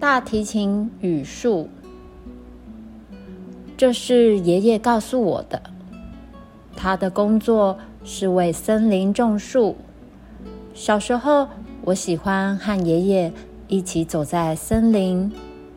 大提琴语树。这是爷爷告诉我的。他的工作是为森林种树。小时候，我喜欢和爷爷一起走在森林。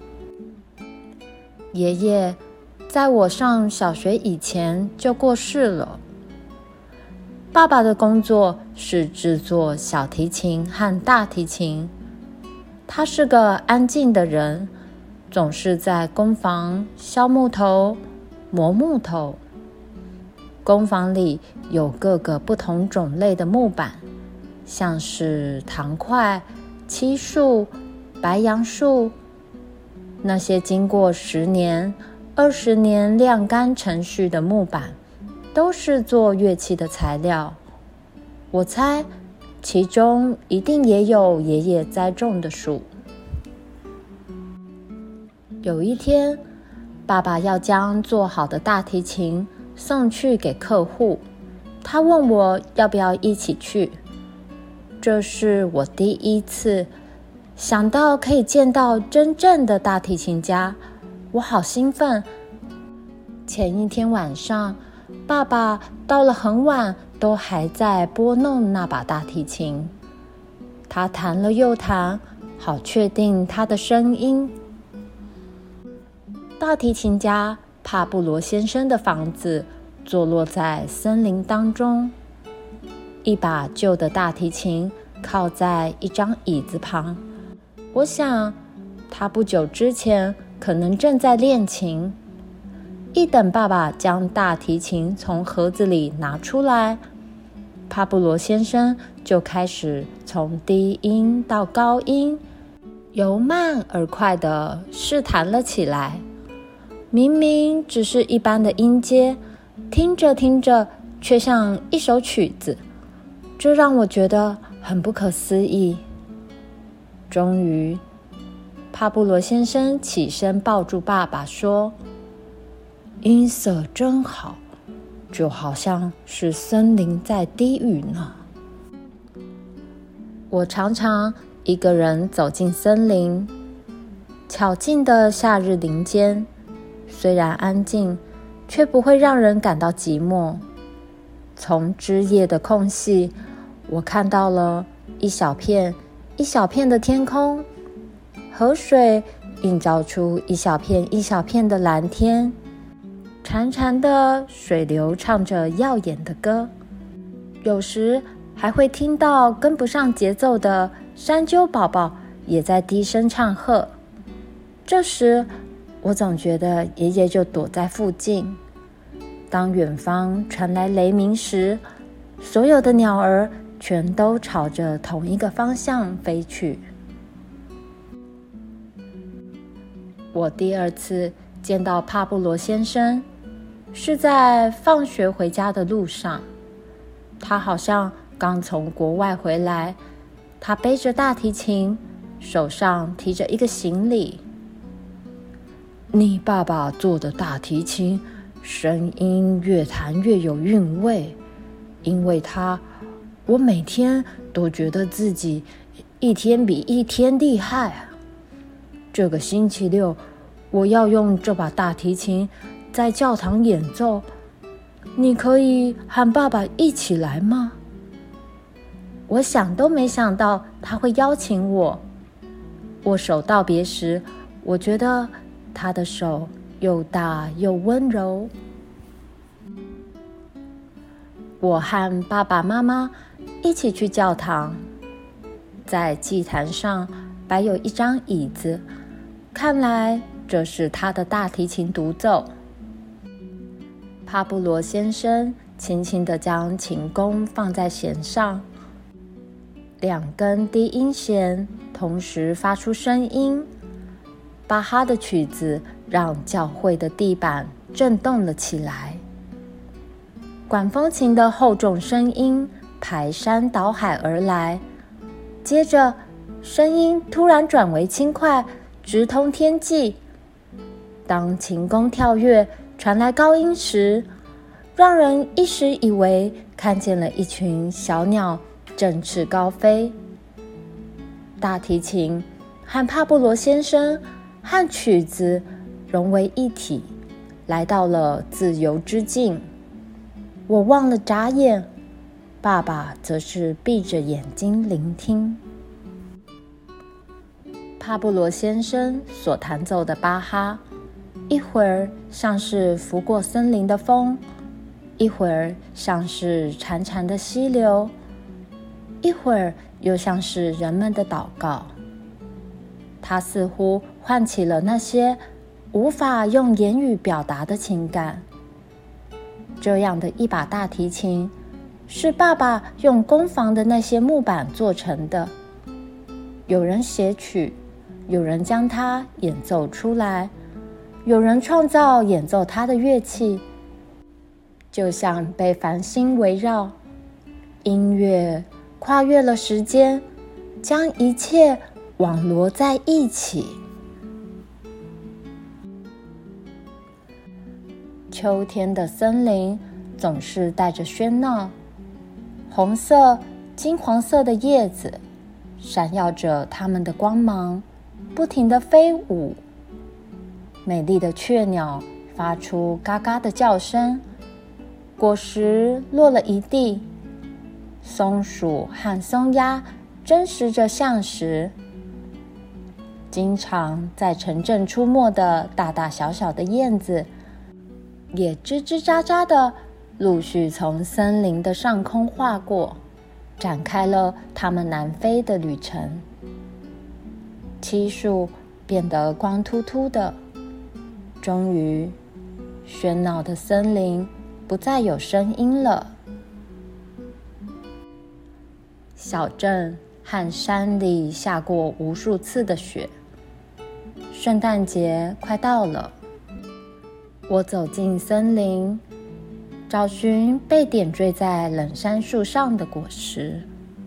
爷爷在我上小学以前就过世了。爸爸的工作是制作小提琴和大提琴。他是个安静的人，总是在工房削木头、磨木头。工房里有各个不同种类的木板，像是糖块、漆树、白杨树。那些经过10年、20年晾干程序的木板，都是做乐器的材料。我猜其中一定也有爷爷栽种的树。有一天，爸爸要将做好的大提琴送去给客户，他问我要不要一起去。这是我第一次想到可以见到真正的大提琴家，我好兴奋。前一天晚上，爸爸到了很晚都还在拨弄那把大提琴，他弹了又弹，好确定他的声音。大提琴家帕布罗先生的房子坐落在森林当中，一把旧的大提琴靠在一张椅子旁。我想他不久之前可能正在练琴。一等爸爸将大提琴从盒子里拿出来，帕布罗先生就开始从低音到高音，由慢而快地试弹了起来。明明只是一般的音阶，听着听着却像一首曲子，这让我觉得很不可思议。终于，帕布罗先生起身抱住爸爸说：“音色真好，就好像是森林在低语呢。”我常常一个人走进森林，巧静的夏日林间，虽然安静，却不会让人感到寂寞。从枝叶的空隙，我看到了一小片一小片的天空，河水映照出一小片一小片的蓝天，潺潺的水流唱着耀眼的歌，有时还会听到跟不上节奏的山鸠宝宝也在低声唱和。这时我总觉得爷爷就躲在附近。当远方传来雷鸣时，所有的鸟儿全都朝着同一个方向飞去。我第二次见到帕布罗先生，是在放学回家的路上。他好像刚从国外回来，他背着大提琴，手上提着一个行李。你爸爸做的大提琴，声音越弹越有韵味，因为我每天都觉得自己一天比一天厉害啊。这个星期六，我要用这把大提琴在教堂演奏，你可以和爸爸一起来吗？我想都没想到他会邀请我。握手道别时，我觉得他的手又大又温柔。我和爸爸妈妈一起去教堂，在祭坛上摆有一张椅子，看来这是他的大提琴独奏。帕布罗先生轻轻地将琴弓放在弦上，2根低音弦同时发出声音。巴哈的曲子让教会的地板震动了起来，管风琴的厚重声音排山倒海而来，接着声音突然转为轻快，直通天际。当琴弓跳跃传来高音时，让人一时以为看见了一群小鸟振翅高飞。大提琴和帕布罗先生和曲子融为一体，来到了自由之境。我忘了眨眼，爸爸则是闭着眼睛聆听。帕布罗先生所弹奏的巴哈，一会儿像是拂过森林的风，一会儿像是潺潺的溪流，一会儿又像是人们的祷告。它似乎唤起了那些无法用言语表达的情感。这样的一把大提琴，是爸爸用工坊的那些木板做成的。有人写曲，有人将它演奏出来，有人创造演奏它的乐器，就像被繁星围绕。音乐跨越了时间，将一切网罗在一起。秋天的森林总是带着喧闹，红色、金黄色的叶子闪耀着它们的光芒，不停地飞舞。美丽的雀鸟发出嘎嘎的叫声，果实落了一地，松鼠和松鸦争食着橡实。经常在城镇出没的大大小小的燕子，也吱吱喳喳地陆续从森林的上空划过，展开了它们南飞的旅程。漆树变得光秃秃的，终于，喧闹的森林不再有声音了。小镇和山里下过无数次的雪。圣诞节快到了，我走进森林，找寻被点缀在冷杉树上的果实。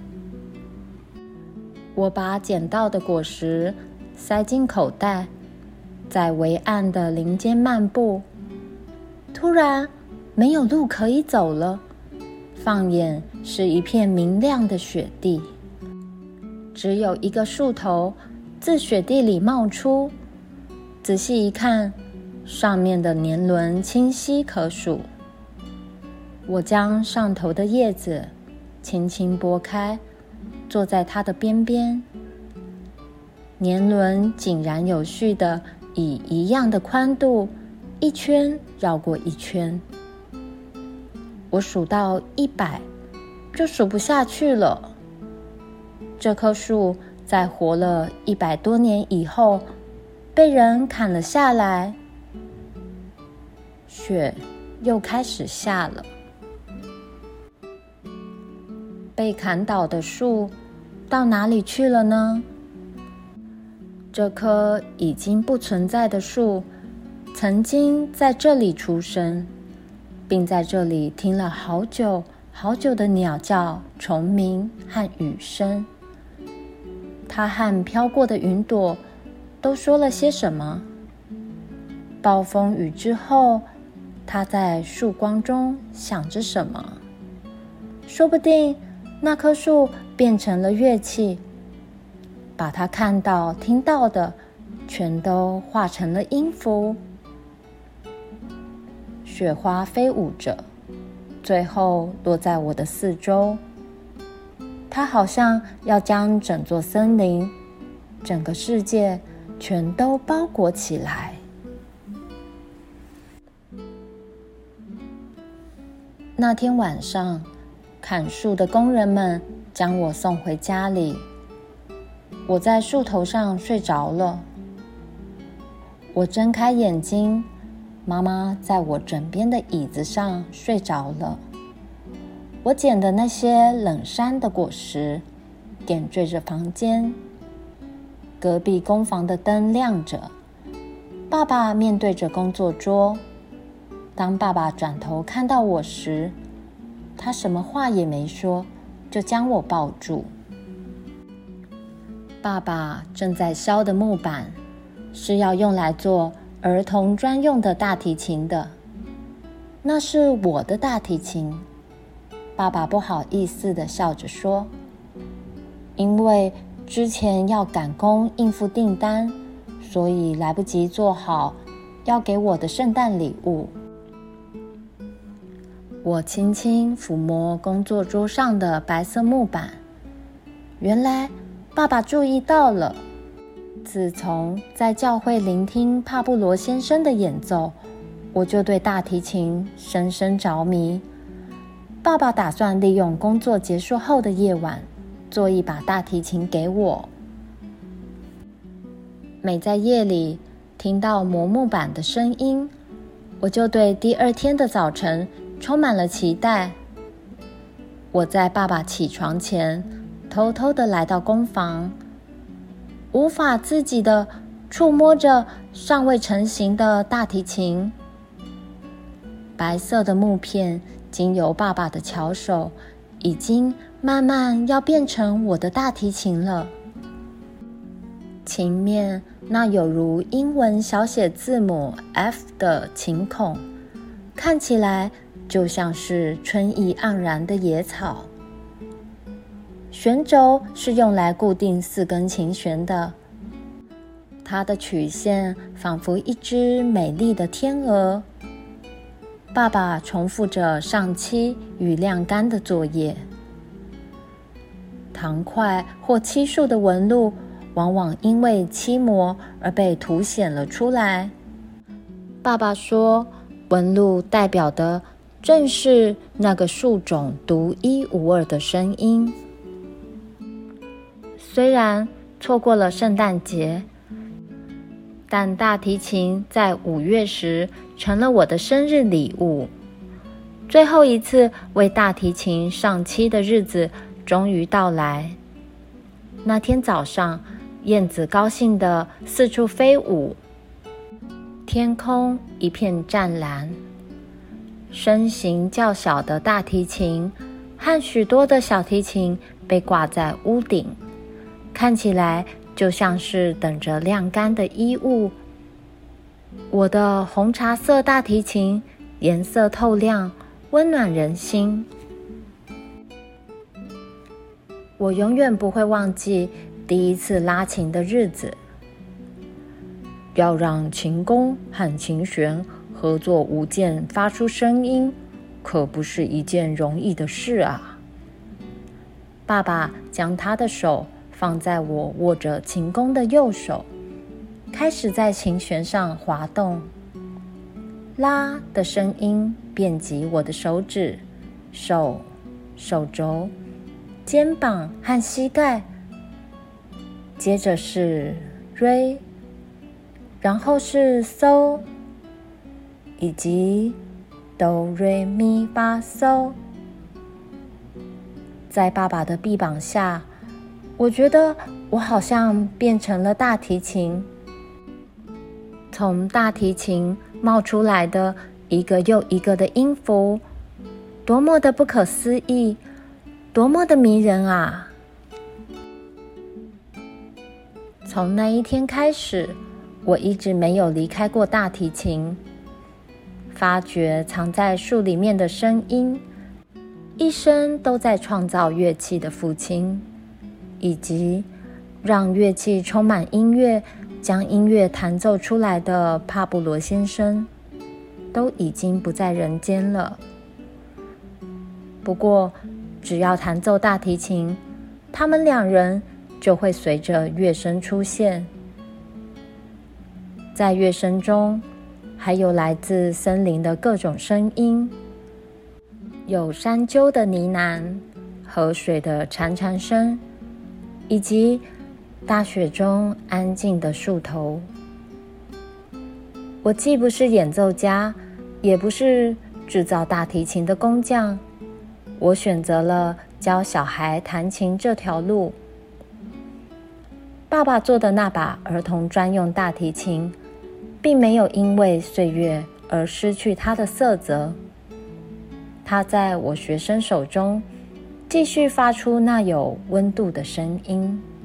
我把捡到的果实塞进口袋，在微暗的林间漫步。突然，没有路可以走了，放眼是一片明亮的雪地，只有一个树头自雪地里冒出。仔细一看，上面的年轮清晰可数。我将上头的叶子轻轻拨开，坐在它的边边。年轮井然有序地以一样的宽度一圈绕过一圈。我数到100，就数不下去了。这棵树在活了100多年以后，被人砍了下来。雪又开始下了。被砍倒的树到哪里去了呢？这棵已经不存在的树，曾经在这里出生，并在这里听了好久好久的鸟叫、虫鸣和雨声。它和飘过的云朵都说了些什么？暴风雨之后，它在曙光中想着什么？说不定那棵树变成了乐器，把它看到、听到的全都化成了音符。雪花飞舞着，最后落在我的四周。它好像要将整座森林、整个世界全都包裹起来。那天晚上，砍树的工人们将我送回家里。我在树头上睡着了。我睁开眼睛，妈妈在我枕边的椅子上睡着了。我捡的那些冷杉的果实点缀着房间。隔壁工房的灯亮着，爸爸面对着工作桌。当爸爸转头看到我时，他什么话也没说，就将我抱住。爸爸正在削的木板是要用来做儿童专用的大提琴的，那是我的大提琴。爸爸不好意思地笑着说，因为之前要赶工应付订单，所以来不及做好要给我的圣诞礼物。我轻轻抚摸工作桌上的白色木板，原来爸爸注意到了。自从在教会聆听帕布罗先生的演奏，我就对大提琴深深着迷。爸爸打算利用工作结束后的夜晚，做一把大提琴给我。每在夜里听到磨木板的声音，我就对第二天的早晨充满了期待。我在爸爸起床前，偷偷地来到工房，无法自己地触摸着尚未成型的大提琴。白色的木片经由爸爸的巧手，已经慢慢要变成我的大提琴了。琴面那有如英文小写字母 F 的琴孔，看起来就像是春意盎然的野草。旋轴是用来固定4根琴弦的，它的曲线仿佛一只美丽的天鹅。爸爸重复着上漆与晾干的作业，糖块或漆树的纹路往往因为漆膜而被凸显了出来。爸爸说，纹路代表的正是那个树种独一无二的声音。虽然错过了圣诞节，但大提琴在5月时成了我的生日礼物。最后一次为大提琴上漆的日子终于到来。那天早上，燕子高兴地四处飞舞，天空一片湛蓝。身形较小的大提琴和许多的小提琴被挂在屋顶，看起来就像是等着晾干的衣物。我的红茶色大提琴颜色透亮，温暖人心。我永远不会忘记第一次拉琴的日子。要让琴弓和琴弦合作无间发出声音，可不是一件容易的事啊。爸爸将他的手放在我握着琴弓的右手，开始在琴弦上滑动。拉的声音遍及我的手指、手肘、肩膀和膝盖，接着是 re， 然后是 so， 以及 do re mi fa so。 在爸爸的臂膀下，我觉得我好像变成了大提琴。从大提琴冒出来的一个又一个的音符，多么的不可思议，多么的迷人啊！从那一天开始，我一直没有离开过大提琴。发掘藏在树里面的声音，一生都在创造乐器的父亲，以及让乐器充满音乐，将音乐弹奏出来的帕布罗先生，都已经不在人间了。不过，只要弹奏大提琴，他们2人就会随着乐声出现。在乐声中，还有来自森林的各种声音，有山鸠的呢喃、河水的潺潺声，以及大雪中安静的树头。我既不是演奏家，也不是制造大提琴的工匠，我选择了教小孩弹琴这条路。爸爸做的那把儿童专用大提琴，并没有因为岁月而失去它的色泽。它在我学生手中继续发出那有温度的声音。